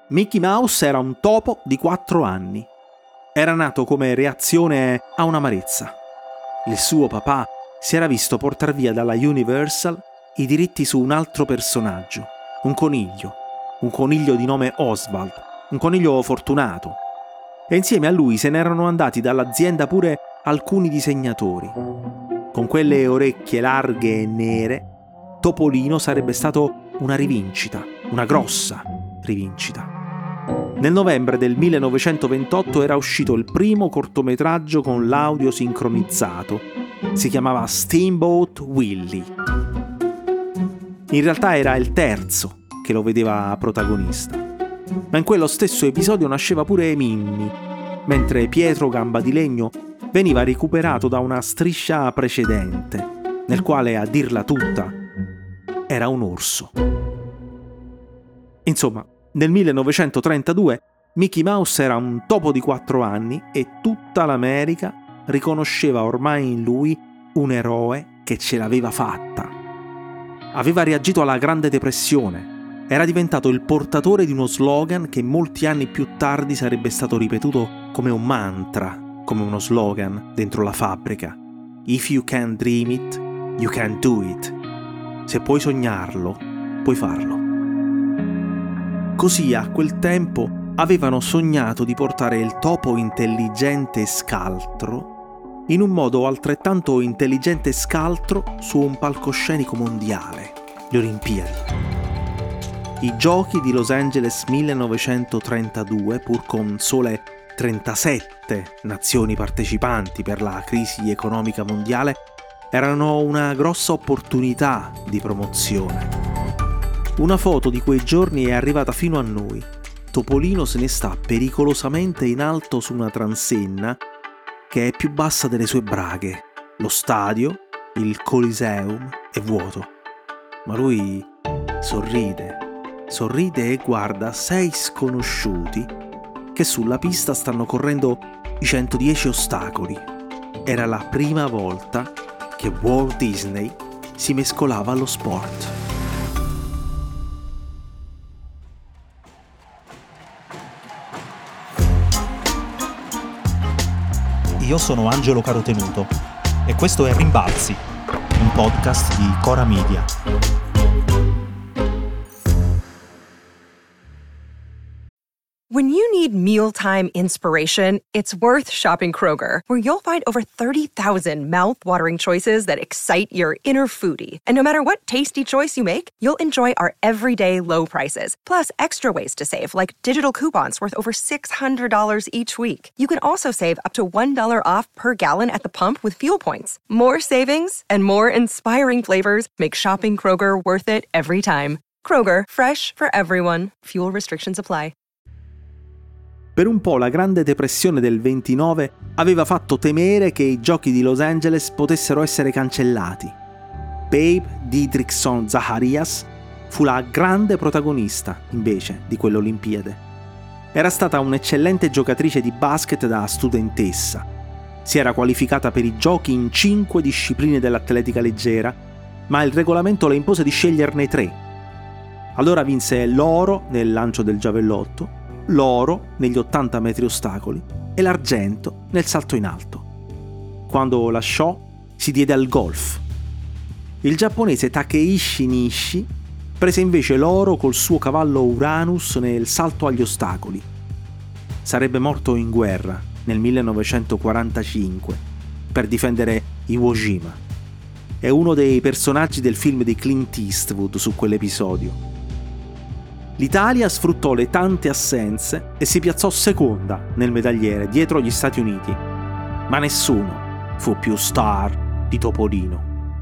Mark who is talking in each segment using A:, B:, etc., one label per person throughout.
A: Mickey Mouse era un topo di 4 anni. Era nato come reazione a un'amarezza. Il suo papà si era visto portar via dalla Universal i diritti su un altro personaggio, un coniglio di nome Oswald, un coniglio fortunato. E insieme a lui se n'erano andati dall'azienda pure alcuni disegnatori. Con quelle orecchie larghe e nere, Topolino sarebbe stato una rivincita, una grossa rivincita. Nel novembre del 1928 era uscito il primo cortometraggio con l'audio sincronizzato. Si chiamava Steamboat Willie. In realtà era il terzo che lo vedeva protagonista. Ma in quello stesso episodio nasceva pure Minnie, mentre Pietro Gamba di Legno veniva recuperato da una striscia precedente, nel quale, a dirla tutta, era un orso. Insomma, nel 1932 Mickey Mouse era un topo di 4 anni e tutta l'America riconosceva ormai in lui un eroe che ce l'aveva fatta. Aveva reagito alla Grande Depressione, era diventato il portatore di uno slogan che molti anni più tardi sarebbe stato ripetuto come un mantra, come uno slogan dentro la fabbrica. If you can dream it, you can do it. Se puoi sognarlo, puoi farlo. Così a quel tempo avevano sognato di portare il topo intelligente e scaltro in un modo altrettanto intelligente e scaltro su un palcoscenico mondiale, le Olimpiadi. I Giochi di Los Angeles 1932, pur con sole 37 nazioni partecipanti per la crisi economica mondiale, erano una grossa opportunità di promozione. Una foto di quei giorni è arrivata fino a noi. Topolino se ne sta pericolosamente in alto su una transenna che è più bassa delle sue braghe. Lo il Coliseum, è vuoto. Ma lui sorride e guarda 6 sconosciuti che sulla pista stanno correndo i 110 ostacoli. Era la prima volta che Walt Disney si mescolava allo sport.
B: Io sono Angelo Carotenuto e questo è Rimbalzi, un podcast di Cora Media.
C: When you need mealtime inspiration, it's worth shopping Kroger, where you'll find over 30,000 mouth-watering choices that excite your inner foodie. And no matter what tasty choice you make, you'll enjoy our everyday low prices, plus extra ways to save, like digital coupons worth over $600 each week. You can also save up to $1 off per gallon at the pump with fuel points. More savings and more inspiring flavors make shopping Kroger worth it every time. Kroger, fresh for everyone. Fuel restrictions apply.
A: Per un po' la Grande Depressione del 29 aveva fatto temere che i Giochi di Los Angeles potessero essere cancellati. Babe Didrikson Zacharias fu la grande protagonista, invece, di quelle Olimpiadi. Era stata un'eccellente giocatrice di basket da studentessa. Si era qualificata per i giochi in 5 discipline dell'atletica leggera, ma il regolamento le impose di sceglierne 3. Allora vinse l'oro nel lancio del giavellotto, l'oro negli 80 metri ostacoli e l'argento nel salto in alto. Quando lasciò, si diede al golf. Il giapponese Takeishi Nishi prese invece l'oro col suo cavallo Uranus nel salto agli ostacoli. Sarebbe morto in guerra nel 1945 per difendere Iwo Jima. È uno dei personaggi del film di Clint Eastwood su quell'episodio. L'Italia sfruttò le tante assenze e si piazzò seconda nel medagliere dietro gli Stati Uniti, ma nessuno fu più star di Topolino.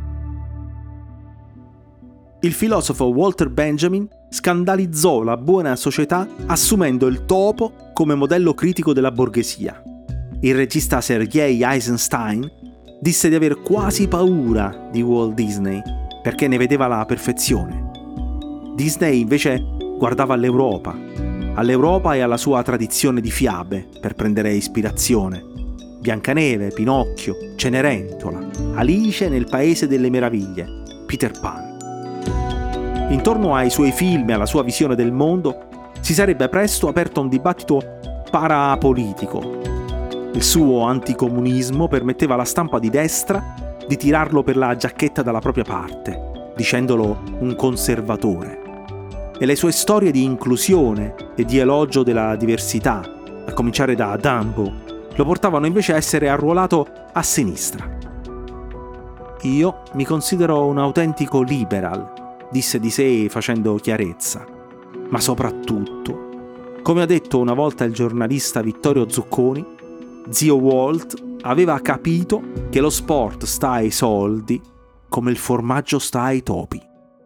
A: Il filosofo Walter Benjamin scandalizzò la buona società assumendo il topo come modello critico della borghesia. Il regista Sergei Eisenstein disse di aver quasi paura di Walt Disney perché ne vedeva la perfezione. Disney invece guardava all'Europa e alla sua tradizione di fiabe per prendere ispirazione. Biancaneve, Pinocchio, Cenerentola, Alice nel Paese delle Meraviglie, Peter Pan. Intorno ai suoi film e alla sua visione del mondo si sarebbe presto aperto un dibattito parapolitico. Il suo anticomunismo permetteva alla stampa di destra di tirarlo per la giacchetta dalla propria parte, dicendolo un conservatore. E le sue storie di inclusione e di elogio della diversità, a cominciare da Dumbo, lo portavano invece a essere arruolato a sinistra. Io mi considero un autentico liberal, disse di sé facendo chiarezza. Ma soprattutto, come ha detto una volta il giornalista Vittorio Zucconi, zio Walt aveva capito che lo sport sta ai soldi come il formaggio sta ai topi.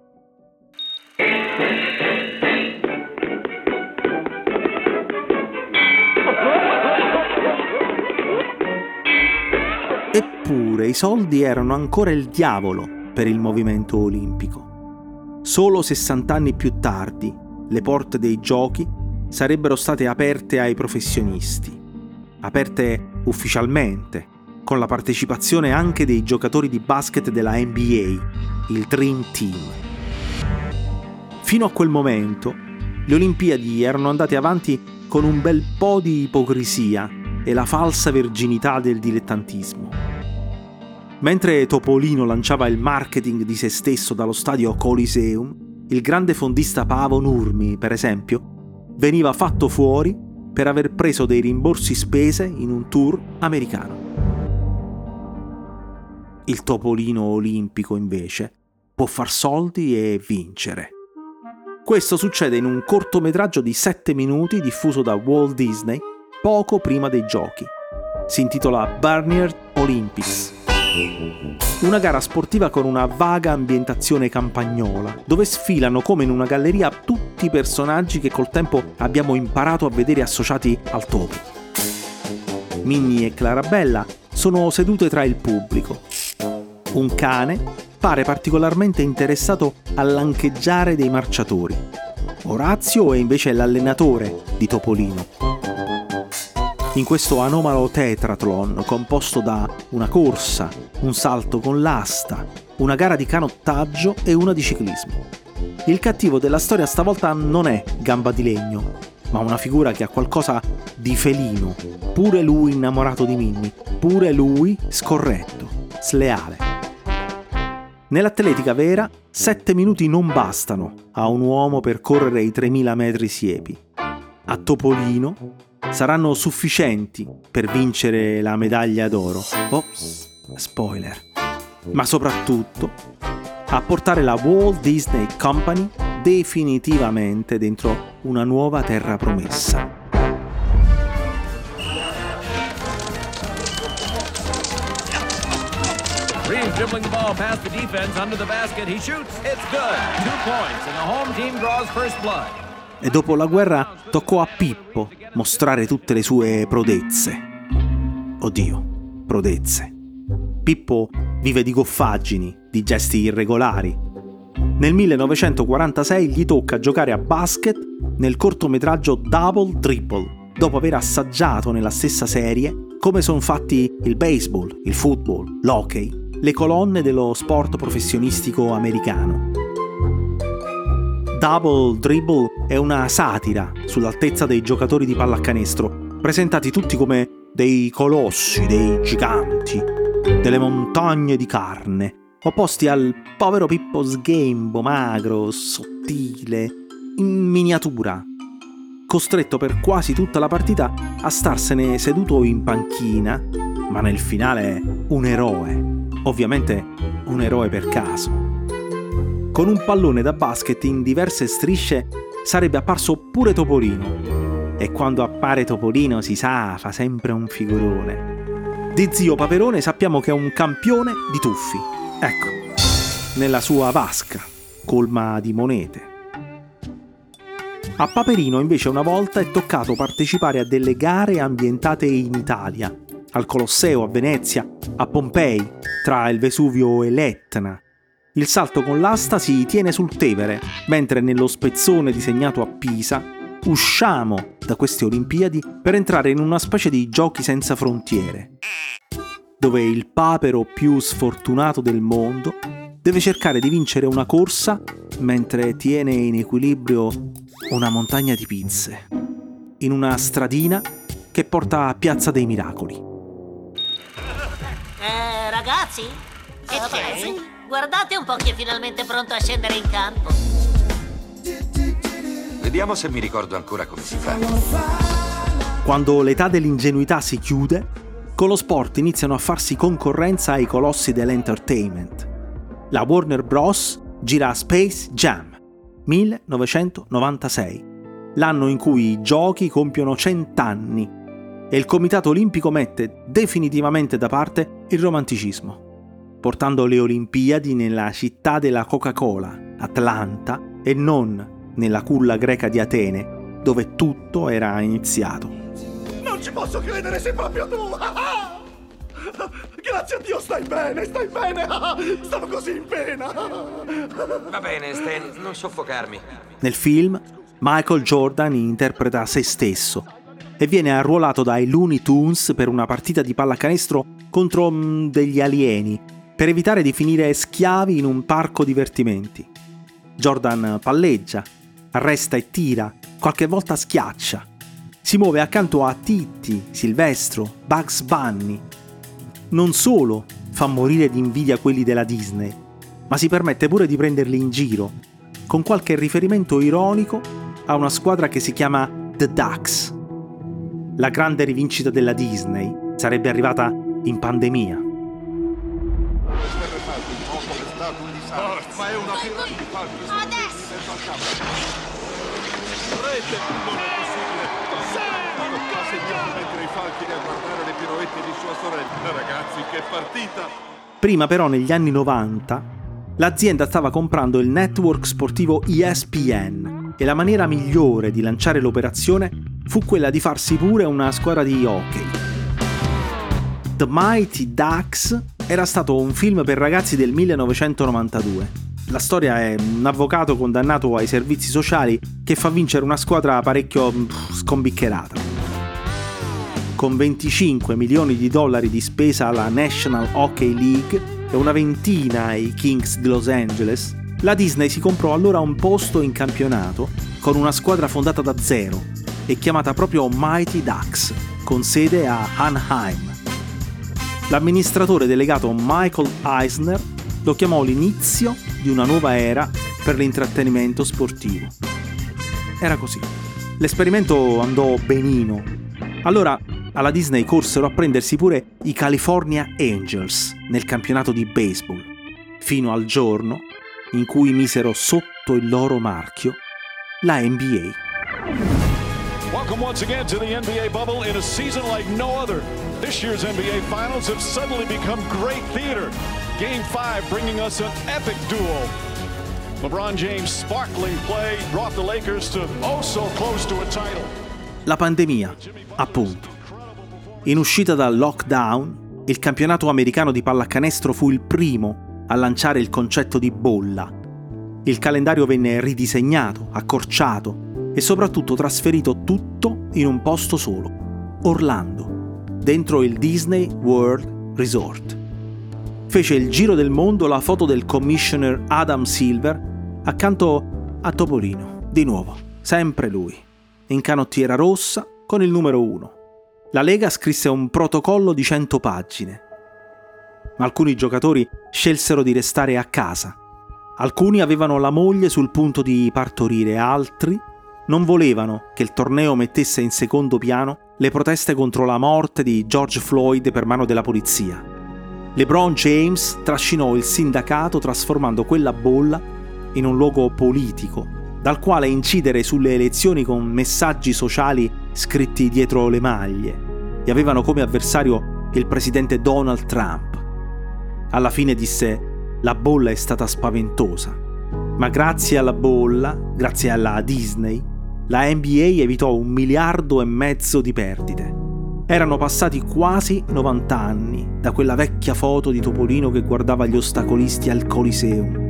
A: Eppure i soldi erano ancora il diavolo per il movimento olimpico. Solo 60 anni più tardi le porte dei giochi sarebbero state aperte ai professionisti, aperte ufficialmente, con la partecipazione anche dei giocatori di basket della NBA, il Dream Team. Fino a quel momento, le Olimpiadi erano andate avanti con un bel po' di ipocrisia e la falsa verginità del dilettantismo. Mentre Topolino lanciava il marketing di se stesso dallo stadio Coliseum, il grande fondista Paavo Nurmi, per esempio, veniva fatto fuori per aver preso dei rimborsi spese in un tour americano. Il Topolino olimpico, invece, può far soldi e vincere. Questo succede in un cortometraggio di 7 minuti diffuso da Walt Disney poco prima dei giochi. Si intitola Barnyard Olympics. Una gara sportiva con una vaga ambientazione campagnola, dove sfilano come in una galleria tutti i personaggi che col tempo abbiamo imparato a vedere associati al topo. Minnie e Clarabella sono sedute tra il pubblico. Un cane pare particolarmente interessato all'ancheggiare dei marciatori. Orazio è invece l'allenatore di Topolino. In questo anomalo tetrathlon composto da una corsa, un salto con l'asta, una gara di canottaggio e una di ciclismo. Il cattivo della storia stavolta non è Gamba di Legno, ma una figura che ha qualcosa di felino, pure lui innamorato di Minnie, pure lui scorretto, sleale. Nell'atletica vera, 7 minuti non bastano a un uomo per correre i 3000 metri siepi. A Topolino saranno sufficienti per vincere la medaglia d'oro. Ops, spoiler. Ma soprattutto a portare la Walt Disney Company definitivamente dentro una nuova terra promessa.
D: Reeves dribbling the ball past the defense under the basket. He shoots. It's good. 2 points and the home team draws first blood.
A: E dopo la guerra toccò a Pippo mostrare tutte le sue prodezze. Oddio, prodezze. Pippo vive di goffaggini, di gesti irregolari. Nel 1946 gli tocca giocare a basket nel cortometraggio Double Dribble, dopo aver assaggiato nella stessa serie come sono fatti il baseball, il football, l'hockey, le colonne dello sport professionistico americano. Double Dribble è una satira sull'altezza dei giocatori di pallacanestro, presentati tutti come dei colossi, dei giganti, delle montagne di carne, opposti al povero Pippo sghembo, magro, sottile, in miniatura, costretto per quasi tutta la partita a starsene seduto in panchina, ma nel finale un eroe, ovviamente un eroe per caso. Con un pallone da basket in diverse strisce sarebbe apparso pure Topolino. E quando appare Topolino, si sa, fa sempre un figurone. Di zio Paperone sappiamo che è un campione di tuffi. Ecco, nella sua vasca, colma di monete. A Paperino invece una volta è toccato partecipare a delle gare ambientate in Italia, al Colosseo a Venezia, a Pompei, tra il Vesuvio e l'Etna. Il salto con l'asta si tiene sul Tevere, mentre nello spezzone disegnato a Pisa usciamo da queste Olimpiadi per entrare in una specie di giochi senza frontiere, dove il papero più sfortunato del mondo deve cercare di vincere una corsa mentre tiene in equilibrio una montagna di pizze, in una stradina che porta a Piazza dei Miracoli.
E: Ragazzi? Che c'è? Sì. Guardate un po' chi è finalmente pronto a scendere in campo.
F: Vediamo se mi ricordo ancora come si fa.
A: Quando l'età dell'ingenuità si chiude, con lo sport iniziano a farsi concorrenza ai colossi dell'entertainment. La Warner Bros. Gira Space Jam, 1996, l'anno in cui i giochi compiono 100 anni e il Comitato Olimpico mette definitivamente da parte il romanticismo, portando le Olimpiadi nella città della Coca-Cola, Atlanta, e non nella culla greca di Atene, dove tutto era iniziato.
G: Non ci posso credere, sei proprio tu! Grazie a Dio, stai bene! Stavo così in pena!
F: Va bene, Stan, non soffocarmi.
A: Nel film, Michael Jordan interpreta se stesso e viene arruolato dai Looney Tunes per una partita di pallacanestro contro degli alieni, per evitare di finire schiavi in un parco divertimenti. Jordan palleggia, arresta e tira, qualche volta schiaccia. Si muove accanto a Titti, Silvestro, Bugs Bunny. Non solo fa morire di invidia quelli della Disney, ma si permette pure di prenderli in giro, con qualche riferimento ironico a una squadra che si chiama The Ducks. La grande rivincita della Disney sarebbe arrivata in pandemia.
G: Ragazzi, che partita!
A: Prima però, negli anni 90, l'azienda stava comprando il network sportivo ESPN e la maniera migliore di lanciare l'operazione fu quella di farsi pure una squadra di hockey. The Mighty Ducks era stato un film per ragazzi del 1992. La storia è un avvocato condannato ai servizi sociali che fa vincere una squadra parecchio scombiccherata. Con 25 milioni di dollari di spesa alla National Hockey League e una ventina ai Kings di Los Angeles, la Disney si comprò allora un posto in campionato con una squadra fondata da zero e chiamata proprio Mighty Ducks, con sede a Anaheim. L'amministratore delegato Michael Eisner lo chiamò l'inizio di una nuova era per l'intrattenimento sportivo. Era così. L'esperimento andò benino. Allora alla Disney corsero a prendersi pure i California Angels nel campionato di baseball, fino al giorno in cui misero sotto il loro marchio la NBA.
H: Welcome once again to the NBA bubble in a season like no other. This year's NBA Finals have suddenly become great theater. Game 5 bringing us an epic duo. LeBron James' sparkling play brought the Lakers to oh so close to a title.
A: La pandemia, appunto. In uscita dal lockdown, il campionato americano di pallacanestro fu il primo a lanciare il concetto di bolla. Il calendario venne ridisegnato, accorciato e soprattutto trasferito tutto in un posto solo, Orlando, dentro il Disney World Resort. Fece il giro del mondo la foto del commissioner Adam Silver accanto a Topolino, di nuovo, sempre lui, in canottiera rossa con il numero 1. La Lega scrisse un protocollo di 100 pagine. Ma alcuni giocatori scelsero di restare a casa. Alcuni avevano la moglie sul punto di partorire, altri non volevano che il torneo mettesse in secondo piano le proteste contro la morte di George Floyd per mano della polizia. LeBron James trascinò il sindacato trasformando quella bolla in un luogo politico, dal quale incidere sulle elezioni con messaggi sociali scritti dietro le maglie, e avevano come avversario il presidente Donald Trump. Alla fine disse: la bolla è stata spaventosa, ma grazie alla bolla, grazie alla Disney, la NBA evitò 1,5 miliardi di perdite. Erano passati quasi 90 anni da quella vecchia foto di Topolino che guardava gli ostacolisti al Coliseum.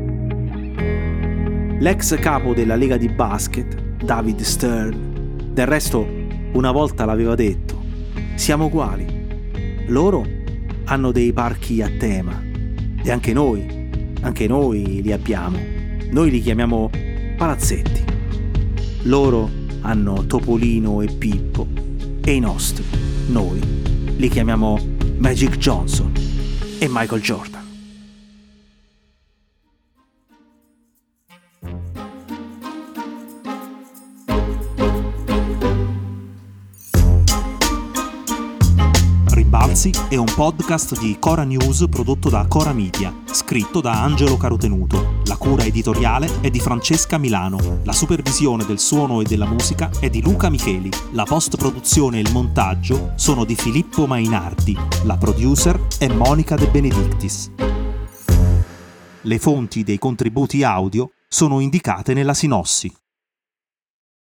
A: L'ex capo della Lega di basket, David Stern, del resto una volta l'aveva detto: siamo uguali. Loro hanno dei parchi a tema e anche noi anche noi li abbiamo. Noi li chiamiamo palazzetti. Loro hanno Topolino e Pippo, e i nostri, noi, li chiamiamo Magic Johnson e Michael Jordan.
B: Rimbalzi è un podcast di Cora News prodotto da Cora Media, scritto da Angelo Carotenuto. La cura editoriale è di Francesca Milano. La supervisione del suono e della musica è di Luca Micheli. La post-produzione e il montaggio sono di Filippo Mainardi. La producer è Monica De Benedictis. Le fonti dei contributi audio sono indicate nella sinossi.